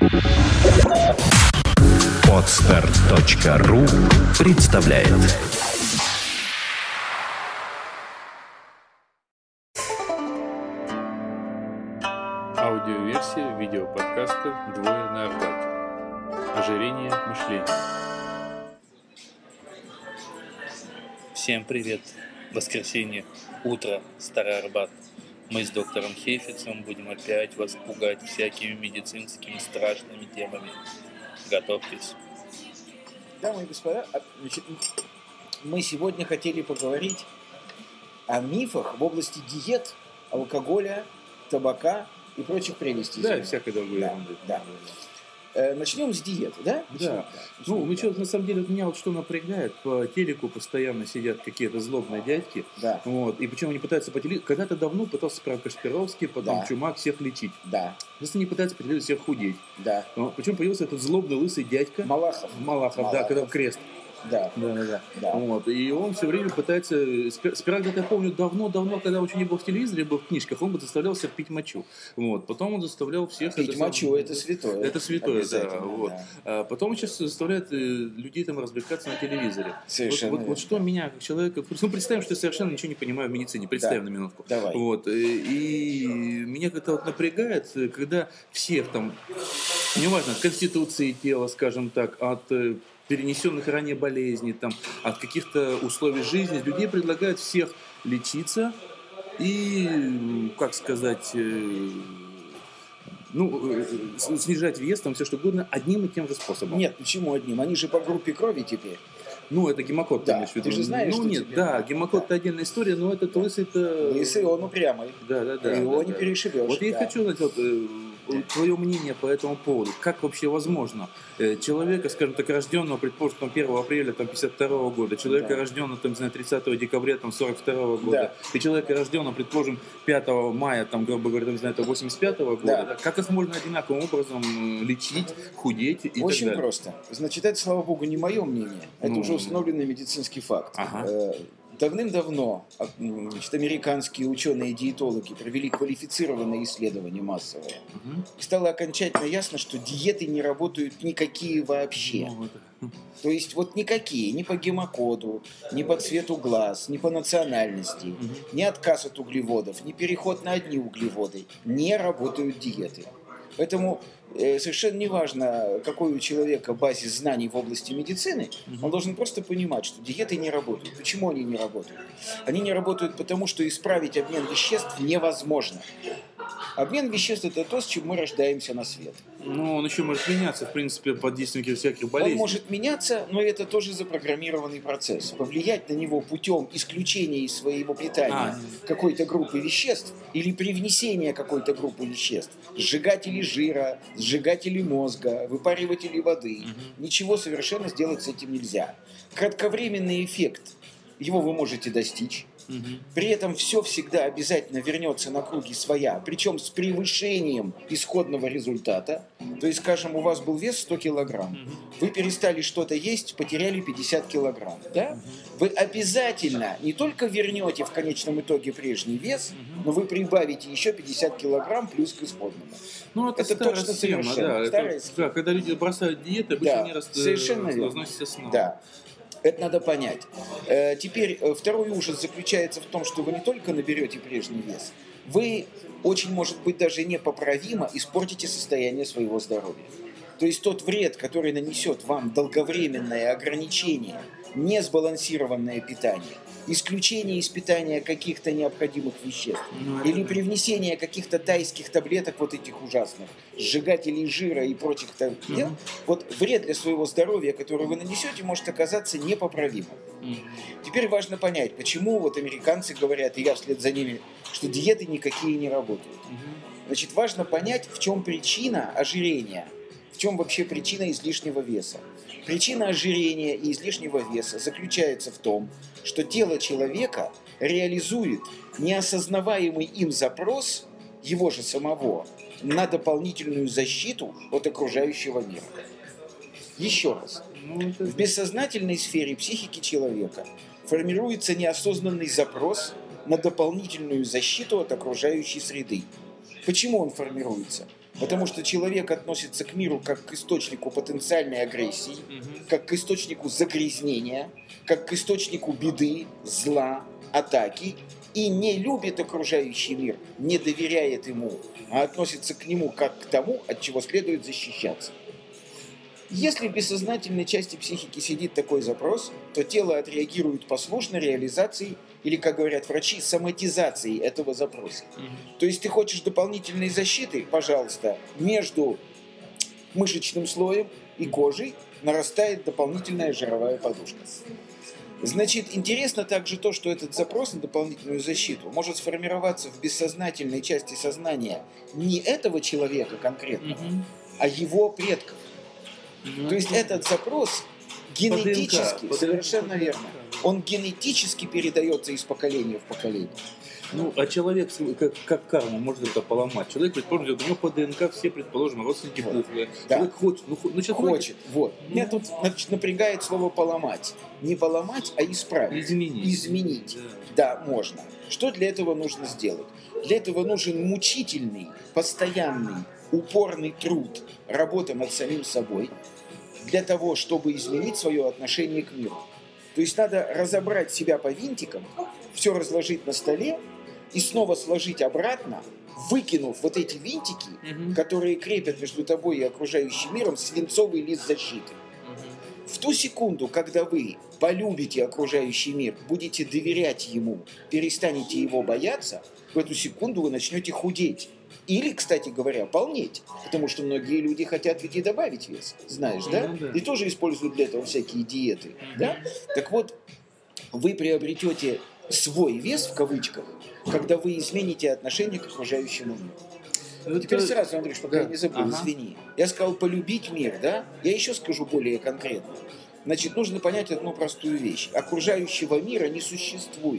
Podster.ru представляет. Аудиоверсия видеоподкаста «Двое на Арбате». Ожирение мышления. Всем привет! Воскресенье, утро, Старый Арбат. Мы с доктором Хейфицем будем опять вас пугать всякими медицинскими страшными темами. Готовьтесь. Дамы и господа, мы сегодня хотели поговорить о мифах в области диет, алкоголя, табака и прочих прелестей. Да, и всякой другой ерунды. Да. Начнем с диеты, да? Да. На самом деле, меня вот что напрягает, по телеку постоянно сидят какие-то злобные дядьки, Да. вот, и причем они пытаются по телевизору, когда-то давно пытался справа Кашпировский, потом Да. Чумак всех лечить. Да. Сейчас они пытаются по телевизору всех худеть. Да. Но причем появился этот злобный лысый дядька. Малахов. Да, когда в крест. Да. Да. Вот. И он все время пытается... Сперва, где-то я помню, давно, когда он еще не был в телевизоре, был в книжках, он бы заставлял всех пить мочу. Вот. Потом он заставлял всех... Пить мочу – это святое. Это святое, да. Вот. Да. А потом он сейчас заставляет людей там развлекаться на телевизоре. Совершенно Вот что меня, как человека... Ну, представим, что я совершенно ничего не понимаю в медицине. Представим на минутку. Давай. Вот. И меня как-то вот напрягает, когда всех там... Неважно, от конституции тела, скажем так, от перенесенных ранее болезней, там, от каких-то условий жизни, людей предлагают всех лечиться и, как сказать, снижать вес, там, все что угодно, одним и тем же способом. Нет, почему одним? Они же по группе крови теперь. Ну, это гемокод, Да, ты имеешь в виду. ты же знаешь, ну, что нет, тебе... да, гемокод это отдельная история, но этот лысый-то... Лысый, он упрямый. Да. Его не перешибешь. Вот я и хочу знать, твое мнение по этому поводу. Как вообще возможно человека, скажем так, рожденного, предположим, 1 апреля 52 года, человека, рожденного, 30 декабря 42 года, и человека, рожденного, предположим, 5 мая, грубо говоря, 85 года, как их можно одинаковым образом лечить, худеть и так далее? Очень просто. Значит, это, слава богу, не мое мнение. Это уже установленный медицинский факт. Ага. Давным-давно американские ученые-диетологи провели квалифицированные исследования массовые. И стало окончательно ясно, что диеты не работают никакие вообще. То есть вот никакие, ни по гемокоду, ни по цвету глаз, ни по национальности, ни отказ от углеводов, ни переход на одни углеводы. Не работают диеты. Поэтому совершенно не важно, какой у человека базис знаний в области медицины, он должен просто понимать, что диеты не работают. Почему они не работают? Они не работают потому, что исправить обмен веществ невозможно. Обмен веществ – это то, с чем мы рождаемся на свет. Ну, он еще может меняться, в принципе, под действием всяких болезней. Он может меняться, но это тоже запрограммированный процесс. Повлиять на него путем исключения из своего питания какой-то группы веществ или привнесения какой-то группы веществ, сжигатели жира, сжигатели мозга, выпариватели воды. Ничего совершенно сделать с этим нельзя. Кратковременный эффект, его вы можете достичь. При этом все всегда обязательно вернется на круги своя, причем с превышением исходного результата. То есть, скажем, у вас был вес 100 килограмм, вы перестали что-то есть, потеряли 50 килограмм. Да? Вы обязательно не только вернете в конечном итоге прежний вес, но вы прибавите еще 50 килограмм плюс к исходному. Ну, это точно совершенно. Да. Когда люди бросают диеты, обычно они разносятся снова. Да. Это надо понять. Теперь второй ужас заключается в том, что вы не только наберете прежний вес, вы очень, может быть, даже непоправимо испортите состояние своего здоровья. То есть тот вред, который нанесет вам долговременное ограничение, несбалансированное питание, исключение из питания каких-то необходимых веществ или привнесение каких-то тайских таблеток вот этих ужасных, сжигателей жира и прочих дел, вот вред для своего здоровья, который вы нанесете, может оказаться непоправимым. Теперь важно понять, почему вот американцы говорят, и я вслед за ними, что диеты никакие не работают. Значит, важно понять, в чем причина ожирения. В чем вообще причина излишнего веса? Причина ожирения и излишнего веса заключается в том, что тело человека реализует неосознаваемый им запрос, его же самого, на дополнительную защиту от окружающего мира. Еще раз. В бессознательной сфере психики человека формируется неосознанный запрос на дополнительную защиту от окружающей среды. Почему он формируется? Потому что человек относится к миру как к источнику потенциальной агрессии, как к источнику загрязнения, как к источнику беды, зла, атаки, и не любит окружающий мир, не доверяет ему, а относится к нему как к тому, от чего следует защищаться. Если в бессознательной части психики сидит такой запрос, то тело отреагирует послушно реализацией или, как говорят врачи, соматизацией этого запроса. То есть ты хочешь дополнительной защиты, пожалуйста, между мышечным слоем и кожей нарастает дополнительная жировая подушка. Значит, интересно также то, что этот запрос на дополнительную защиту может сформироваться в бессознательной части сознания не этого человека конкретно, а его предков. То есть этот запрос генетически, совершенно верно, он генетически передается из поколения в поколение. Ну, а человек, как карму, может это поломать. Человек, предположим, у него по ДНК все, предположим, родственники пухлые. Да. Человек хочет, хочет, вот. Меня тут напрягает слово «поломать». Не поломать, а исправить. Изменить. Да, можно. Что для этого нужно сделать? Для этого нужен мучительный, постоянный, упорный труд, работа над самим собой, для того, чтобы изменить свое отношение к миру. То есть надо разобрать себя по винтикам, все разложить на столе и снова сложить обратно, выкинув вот эти винтики, которые крепят между тобой и окружающим миром свинцовый лист защиты. В ту секунду, когда вы полюбите окружающий мир, будете доверять ему, перестанете его бояться, в эту секунду вы начнете худеть. Или, кстати говоря, полнеть. Потому что многие люди хотят ведь и добавить вес. Знаешь, да? И тоже используют для этого всякие диеты. Да? Так вот, вы приобретете свой вес, в кавычках, когда вы измените отношение к окружающему миру. Теперь сразу, Андрюш, пока я не забыл, извини. Я сказал полюбить мир, да? Я еще скажу более конкретно. Значит, нужно понять одну простую вещь. Окружающего мира не существует.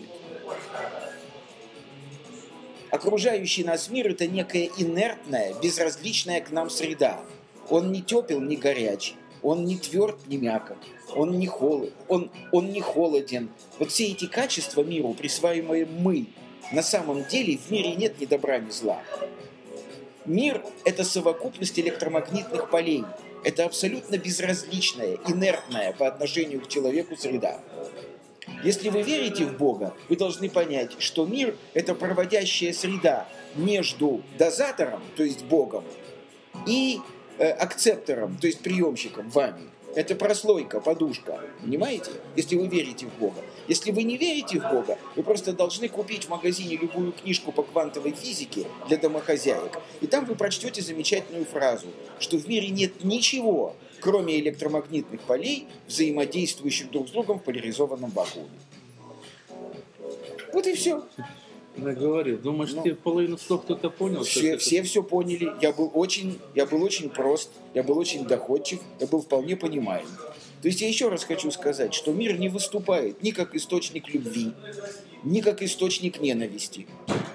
Окружающий нас мир – это некая инертная, безразличная к нам среда. Он не тепел, не горяч, он не тверд, не мягок, он не холоден. Вот все эти качества миру, присваиваемые мы, на самом деле в мире нет ни добра, ни зла. Мир – это совокупность электромагнитных полей. Это абсолютно безразличная, инертная по отношению к человеку среда. Если вы верите в Бога, вы должны понять, что мир – это проводящая среда между дозатором, то есть Богом, и акцептором, то есть приемщиком, вами. Это прослойка, подушка. Понимаете? Если вы верите в Бога. Если вы не верите в Бога, вы просто должны купить в магазине любую книжку по квантовой физике для домохозяек. И там вы прочтете замечательную фразу, что в мире нет ничего, кроме электромагнитных полей, взаимодействующих друг с другом в поляризованном вакууме. Вот и все. Я говорил, думаешь, ты половину слов кто-то понял? Все поняли. Я был очень прост, я был очень доходчив, я был вполне понимаем. То есть я еще раз хочу сказать, что мир не выступает ни как источник любви, ни как источник ненависти.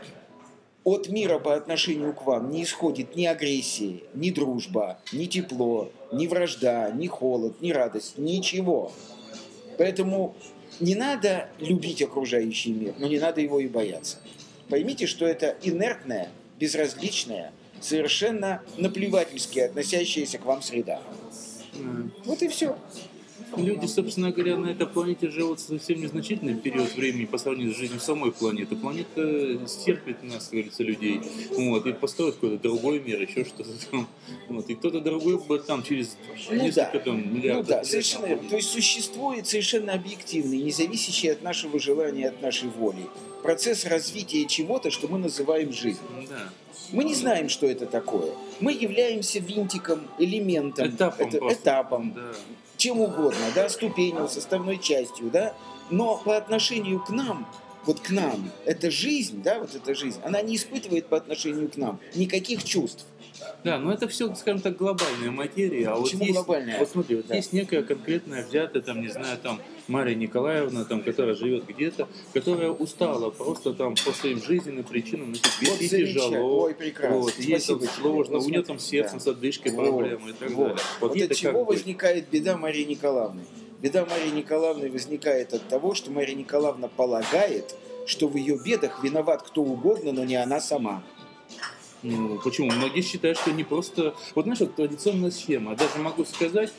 От мира по отношению к вам не исходит ни агрессия, ни дружба, ни тепло, ни вражда, ни холод, ни радость, ничего. Поэтому не надо любить окружающий мир, но не надо его и бояться. Поймите, что это инертная, безразличная, совершенно наплевательски относящаяся к вам среда. Вот и все. Люди, собственно говоря, на этой планете живут совсем незначительный период времени по сравнению с жизнью самой планеты. Планета стерпит нас, как говорится, людей. Вот, и построит какой-то другой мир, еще что-то там. Вот, и кто-то другой будет там через несколько миллиардов лет. Совершенно верно. То есть существует совершенно объективный, независящий от нашего желания, от нашей воли процесс развития чего-то, что мы называем жизнь. Да. Мы не знаем, что это такое. Мы являемся винтиком, элементом, этапом. Да. Чем угодно, да, ступенью, составной частью, да, но по отношению к нам, вот к нам, эта жизнь, да, вот эта жизнь, она не испытывает по отношению к нам никаких чувств. Да, но это все, скажем так, глобальная материя. А почему вот глобальная? Вот смотри, вот есть некая конкретная взятая, там, не знаю, там, Мария Николаевна, там, которая живет где-то, которая устала просто там по своим жизненным причинам, вот ей тяжело. Ой, прекрасно. Вот, ей там сложно, у нее там с сердцем, с отдышкой проблемы и так далее. Вот от чего возникает беда Марии Николаевны? Беда Марии Николаевны возникает от того, что Мария Николаевна полагает, что в ее бедах виноват кто угодно, но не она сама. Ну, почему? Многие считают, что не просто... Вот знаешь, вот традиционная схема. Даже могу сказать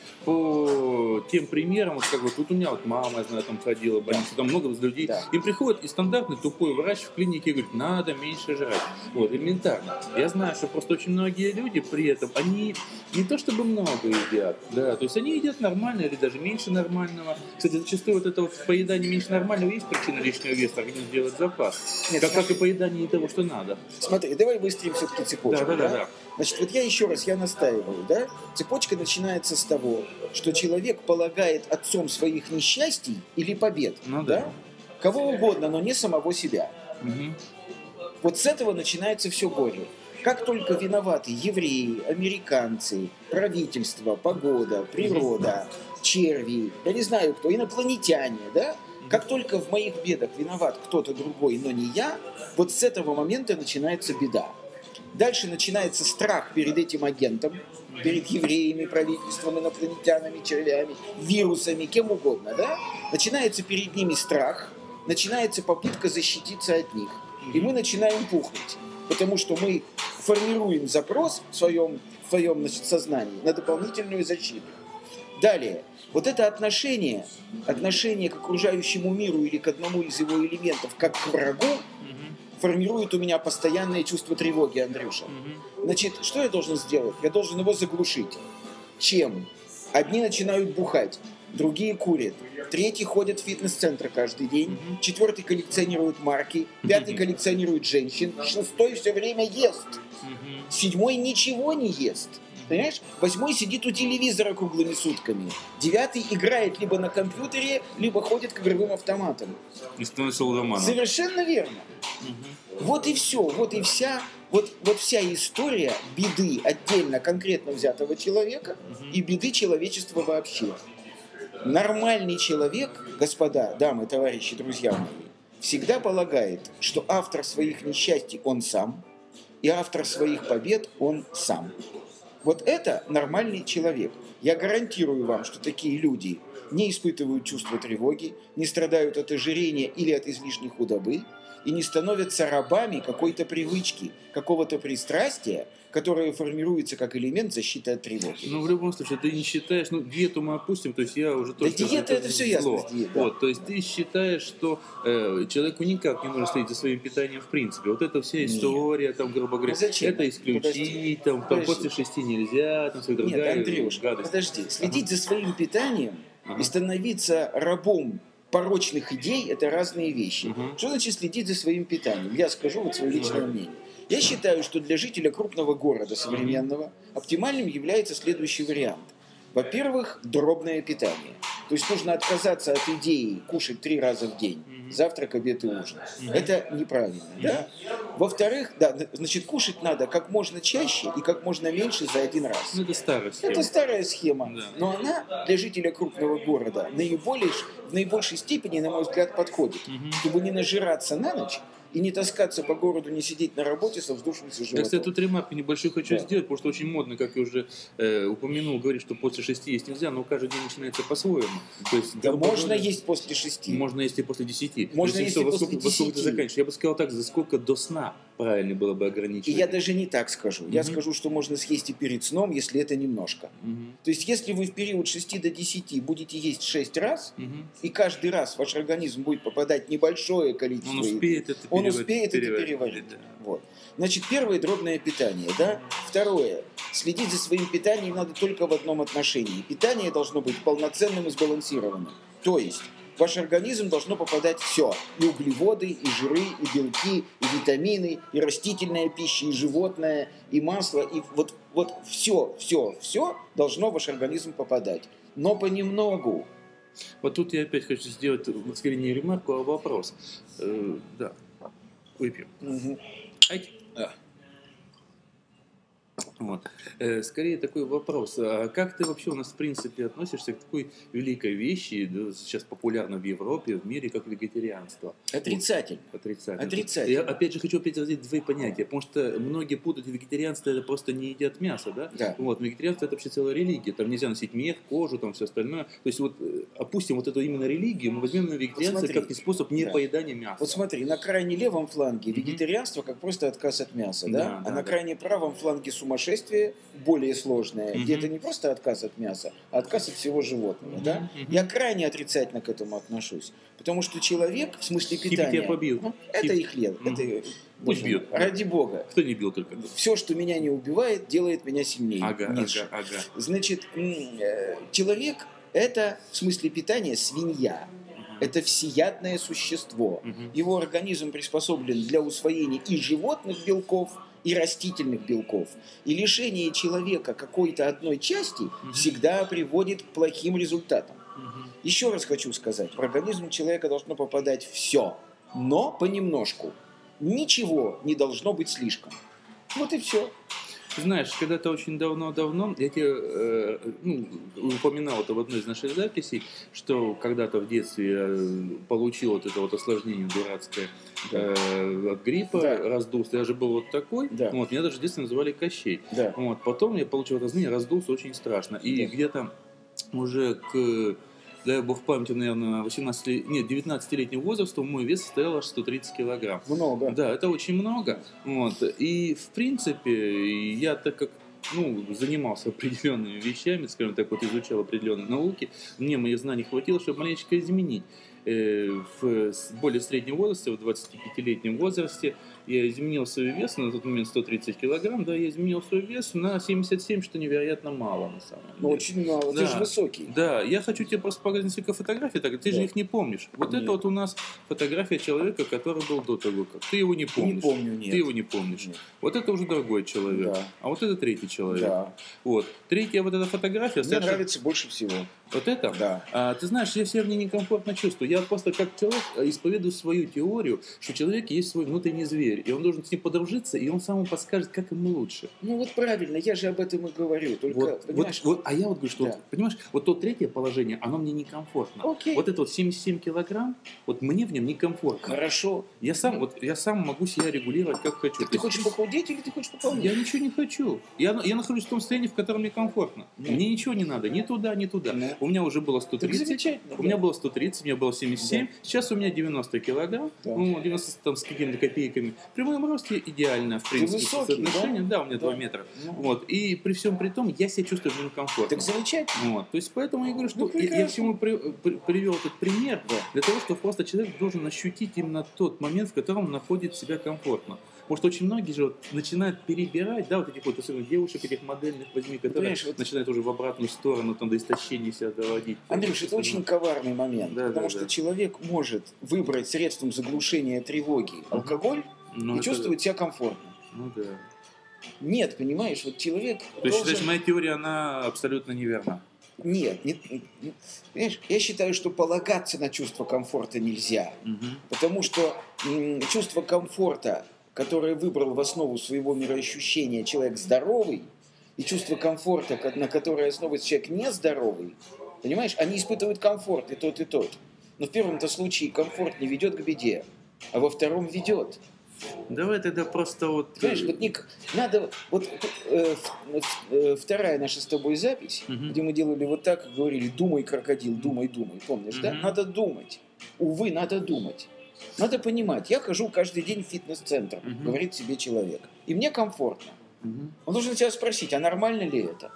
по тем примерам, вот как вот тут у меня вот мама, я знаю, там ходила в больницу, там много людей. Да. Им приходит и стандартный тупой врач в клинике и говорит, надо меньше жрать. Вот, элементарно. Я знаю, что просто очень многие люди при этом, они не то чтобы много едят, да, то есть они едят нормально или даже меньше нормального. Кстати, зачастую вот это вот поедание меньше нормального есть причина лишнего веса, организм делает запас. Нет, как и поедание не того, что надо. Смотри, давай выстроим все-таки цепочку. Да. Значит, вот я еще раз, я настаиваю, да? Цепочка начинается с того, что человек полагает отцом своих несчастий или побед, Ну да. кого угодно, но не самого себя. Мгм. Вот с этого начинается все горе. Как только виноваты евреи, американцы, правительство, погода, природа, черви, я не знаю кто, инопланетяне, да? Как только в моих бедах виноват кто-то другой, но не я, вот с этого момента начинается беда. Дальше начинается страх перед этим агентом, перед евреями, правительством, инопланетянами, червями, вирусами, кем угодно, да? Начинается перед ними страх, начинается попытка защититься от них. И мы начинаем пухнуть, потому что мы формируем запрос в своем значит, сознании на дополнительную защиту. Далее, вот это отношение к окружающему миру или к одному из его элементов, как к врагу, формирует у меня постоянное чувство тревоги, Андрюша. Значит, что я должен сделать? Я должен его заглушить. Чем? Одни начинают бухать, другие курят, третий ходит в фитнес-центр каждый день, четвертый коллекционирует марки, пятый коллекционирует женщин, шестой все время ест, седьмой ничего не ест. Понимаешь? Восьмой сидит у телевизора круглыми сутками. Девятый играет либо на компьютере, либо ходит к игровым автоматам. И становится лудоманом. Совершенно верно. Вот и все, вот вся история беды отдельно конкретно взятого человека и беды человечества вообще. Нормальный человек, господа, дамы, товарищи, друзья мои, всегда полагает, что автор своих несчастий он сам, и автор своих побед он сам. Вот это нормальный человек. Я гарантирую вам, что такие люди не испытывают чувства тревоги, не страдают от ожирения или от излишней худобы и не становятся рабами какой-то привычки, какого-то пристрастия, которое формируется как элемент защиты от тревоги. Ну, в любом случае, ты не считаешь, диету мы опустим, то есть я уже тоже... Да диета, это все ясно с диетой. Вот, то есть ты считаешь, что человеку никак не нужно следить за своим питанием в принципе. Вот это вся история, там, грубо говоря, это исключить, там после 6 нельзя, там, все другая Андрюш, гадость. подожди, следить за своим питанием и становиться рабом порочных идей – это разные вещи. Что значит следить за своим питанием? Я скажу вот свое личное мнение. Я считаю, что для жителя крупного города современного оптимальным является следующий вариант. Во-первых, дробное питание. То есть нужно отказаться от идеи кушать 3 раза в день. Завтрак, обед и ужин. Это неправильно. Да? Во-вторых, значит, кушать надо как можно чаще и как можно меньше за один раз. Это старая схема. Это старая схема. Да. Но она для жителя крупного города в наибольшей степени, на мой взгляд, подходит. Чтобы не нажираться на ночь, и не таскаться по городу, не сидеть на работе со вздувшимся животом. Я, кстати, тут ремарку небольшую хочу сделать, потому что очень модно, как я уже упомянул, говорить, что после 6 есть нельзя, но каждый день начинается по-своему. То есть, да можно есть после 6. Можно есть и после 10. Можно есть и после 10. Во сколько ты заканчиваешь? Я бы сказал так, за сколько до сна правильно было бы ограничивать. И я даже не так скажу. Я скажу, что можно съесть и перед сном, если это немножко. То есть, если вы в период 6 до 10 будете есть 6 раз, и каждый раз ваш организм будет попадать небольшое количество еды, он успеет это переварить. Да. Вот. Значит, первое – дробное питание. Да? Второе – следить за своим питанием надо только в одном отношении. Питание должно быть полноценным и сбалансированным. То есть, в ваш организм должно попадать все. И углеводы, и жиры, и белки, и витамины, и растительная пища, и животное, и масло. И вот все должно в ваш организм попадать. Но понемногу. Вот тут я опять хочу сделать, скорее не ремарку, а вопрос. Да. Выпьем. Вот. Скорее такой вопрос. А как ты вообще у нас в принципе относишься к такой великой вещи, да, сейчас популярно в Европе, в мире, как вегетарианство? Отрицательно. Вот, отрицательно. Отрицательно. Я опять же хочу разделить две понятия, потому что многие путают вегетарианство, это просто не едят мясо, да? Да. Вот, вегетарианство это вообще целая религия, там нельзя носить мех, кожу, там все остальное. То есть вот опустим вот эту именно религию, мы возьмем на вегетарианство смотри. как способ непоедания мяса. Вот смотри, на крайне левом фланге вегетарианство как просто отказ от мяса, да? Да, А да, на да. крайне правом фланге сумасшествие более сложное, где это не просто отказ от мяса, а отказ от всего животного, да? Я крайне отрицательно к этому отношусь, потому что человек в смысле питания... тебя побил. Это их хлеб, это... Пусть бьет. Ради бога. Кто не бил только? Все, что меня не убивает, делает меня сильнее. Ага. Значит, человек – это в смысле питания свинья. Это всеядное существо. Его организм приспособлен для усвоения и животных белков, и растительных белков. И лишение человека какой-то одной части всегда приводит к плохим результатам. Еще раз хочу сказать, в организм человека должно попадать все, но понемножку. Ничего не должно быть слишком. Вот и все. Знаешь, когда-то очень давно-давно, я тебе упоминал это в одной из наших записей, что когда-то в детстве я получил вот это вот осложнение дурацкое от гриппа, раздулся. Я же был вот такой, вот, меня даже в детстве называли Кощей. Вот, потом я получил это осложнение, раздулся очень страшно. И где-то уже к... дай бог памяти, наверное, 19-летнего возраста мой вес составлял аж 130 килограмм. Много. Да, это очень много. Вот. И, в принципе, я так как занимался определенными вещами, скажем так, вот изучал определенные науки, мне моих знаний хватило, чтобы маленечко изменить. В более среднем возрасте, в 25-летнем возрасте, я изменил свой вес, на тот момент 130 килограмм, да, я изменил свой вес на 77, что невероятно мало на самом деле. Очень мало, да. Ты же высокий. Да, я хочу тебе просто показать несколько фотографий, так, ты же их не помнишь. Вот это вот у нас фотография человека, который был до того, как. Ты его не помнишь. Не помню, нет. Ты его не помнишь. Нет. Вот это уже другой человек. Да. А вот это третий человек. Да. Вот. Третья вот эта фотография. Мне нравится больше всего. Вот это? Да. Ты знаешь, я себя в ней некомфортно чувствую. Я просто как человек исповедую свою теорию, что у человека есть свой внутренний зверь, и он должен с ним подружиться, и он сам ему подскажет, как ему лучше. Ну вот правильно, я же об этом и говорю. Только, понимаешь, а я вот говорю, что, понимаешь, вот то третье положение, оно мне некомфортно. Окей. Вот это вот 77 килограмм, вот мне в нем некомфортно. Хорошо. Я сам могу себя регулировать, как хочу. Ты хочешь похудеть или ты хочешь пополнить? Я ничего не хочу. Я нахожусь в том состоянии, в котором мне комфортно. Мне ничего не надо, ни туда, ни туда. У меня уже было 130, у меня было 130, у меня было 77, сейчас у меня 90 килограмм, 90 там, с какими-то копейками. При моем росте идеально, в принципе, высокий, соотношение, да, у меня 2 метра. Вот. И при всем при том, я себя чувствую некомфортно. Так замечательно. Вот. То есть поэтому я говорю, что я к чему привел этот пример, для того, что просто человек должен ощутить именно тот момент, в котором он находит себя комфортно. Потому что очень многие же начинают перебирать, да, вот этих вот, особенно девушек, этих модельных возьми, которые начинают уже в обратную сторону, там, до истощения себя доводить. Андрюш, это очень коварный момент, потому что человек может выбрать средством заглушения тревоги алкоголь и чувствовать себя комфортно. Ну да. Нет, понимаешь, вот человек То есть, считаешь, моя теория, она абсолютно неверна? Нет, понимаешь, я считаю, что полагаться на чувство комфорта нельзя, потому что чувство комфорта, которое выбрал в основу своего мироощущения человек здоровый, и чувство комфорта, на которое основывается человек нездоровый, понимаешь, они испытывают комфорт и тот, и тот. Но в первом-то случае комфорт не ведет к беде, а во втором ведет. Давай тогда просто вот... Понимаешь, вот надо... Вот вторая наша с тобой запись, где мы делали вот так, говорили, думай, крокодил, думай, думай. Помнишь, да? Надо думать. Увы, надо думать. Надо понимать, я хожу каждый день в фитнес-центр, говорит себе человек. И мне комфортно. Он должен тебя спросить, а нормально ли это?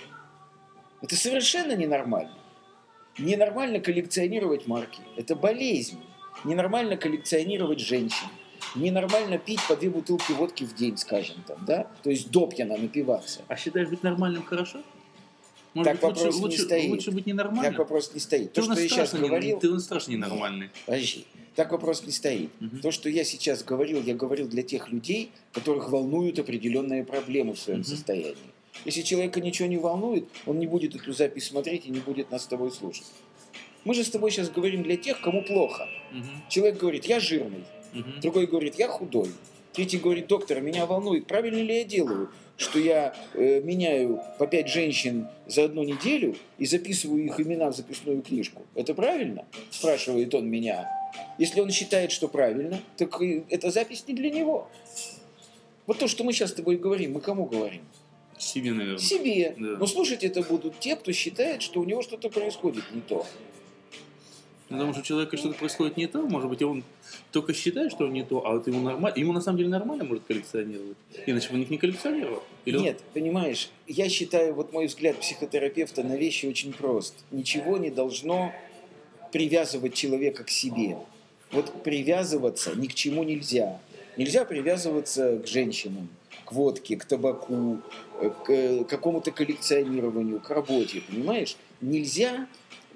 Это совершенно ненормально. Ненормально коллекционировать марки. Это болезнь. Ненормально коллекционировать женщин. Ненормально пить по 2 бутылки водки в день, скажем там, да? То есть допьяно напиваться. А считаешь быть нормальным хорошо? Может так быть, вопрос не стоит. Лучше быть ненормальным? Так вопрос не стоит. Ты у нас страшно ненормальный. Подожди. Так вопрос не стоит. То, что я сейчас говорил, я говорил для тех людей, которых волнуют определенные проблемы в своем состоянии. Если человека ничего не волнует, он не будет эту запись смотреть и не будет нас с тобой слушать. Мы же с тобой сейчас говорим для тех, кому плохо. Человек говорит, я жирный. Другой говорит, я худой. Третий говорит, доктор, меня волнует, правильно ли я делаю? что я меняю по 5 женщин за одну неделю и записываю их имена в записную книжку. Это правильно? Спрашивает он меня. Если он считает, что правильно, так эта запись не для него. Вот то, что мы сейчас с тобой говорим, мы кому говорим? Себе, наверное. Себе. Да. Но слушать это будут те, кто считает, что у него что-то происходит не то. Потому что у человека что-то происходит не то, может быть, он только считает, что не то, а вот ему нормально, ему на самом деле нормально может коллекционировать. Иначе бы он их не коллекционировал. Или Нет, понимаешь, я считаю, вот мой взгляд психотерапевта на вещи очень прост. Ничего не должно привязывать человека к себе. Вот привязываться ни к чему нельзя. Нельзя привязываться к женщинам, к водке, к табаку, к какому-то коллекционированию, к работе, понимаешь? Нельзя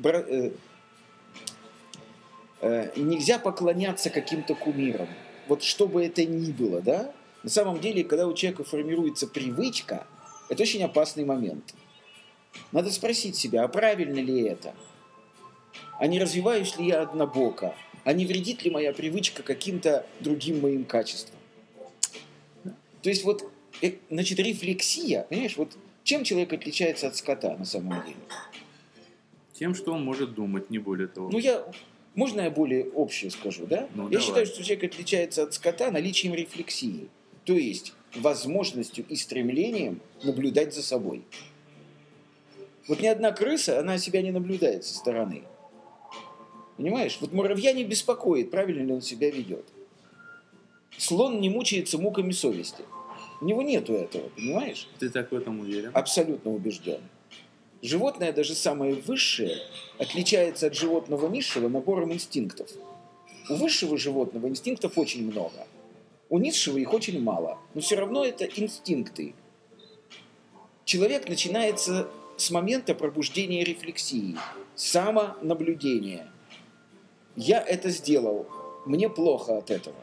поклоняться каким-то кумирам. Вот что бы это ни было, да? На самом деле, когда у человека формируется привычка, это очень опасный момент. Надо спросить себя, а правильно ли это? А не развиваюсь ли я однобоко? А не вредит ли моя привычка каким-то другим моим качествам? То есть вот, значит, рефлексия, понимаешь, вот чем человек отличается от скота на самом деле? тем, что он может думать, не более того. Можно я более общее скажу, да? Ну, я давай. считаю, что человек отличается от скота наличием рефлексии. То есть возможностью и стремлением наблюдать за собой. Вот ни одна крыса, она себя не наблюдает со стороны. Понимаешь? Вот муравья не беспокоит, правильно ли он себя ведет. Слон не мучается муками совести. У него нету этого, понимаешь? Ты так в этом уверен? Абсолютно убежден. Животное, даже самое высшее, отличается от животного низшего набором инстинктов. У высшего животного инстинктов очень много. У низшего их очень мало. Но все равно это инстинкты. Человек начинается с момента пробуждения рефлексии, самонаблюдения. Я это сделал, мне плохо от этого.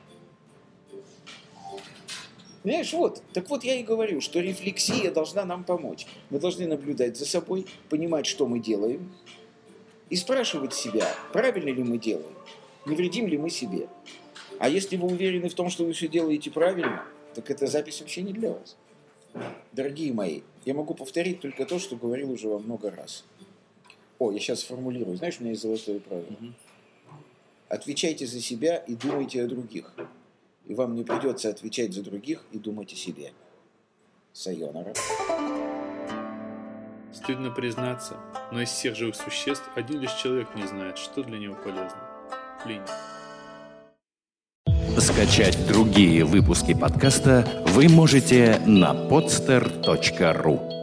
Понимаешь, вот. Так вот я и говорю, что рефлексия должна нам помочь. Мы должны наблюдать за собой, понимать, что мы делаем, и спрашивать себя, правильно ли мы делаем, не вредим ли мы себе. А если вы уверены в том, что вы все делаете правильно, так эта запись вообще не для вас. Дорогие мои, я могу повторить только то, что говорил уже во много раз. Я сейчас сформулирую. Знаешь, у меня есть золотое правило. Отвечайте за себя и думайте о других. И вам не придется отвечать за других и думать о себе. Сайонара. Стыдно признаться, но из всех живых существ один лишь человек не знает, что для него полезно. Плиний. Скачать другие выпуски подкаста вы можете на podster.ru.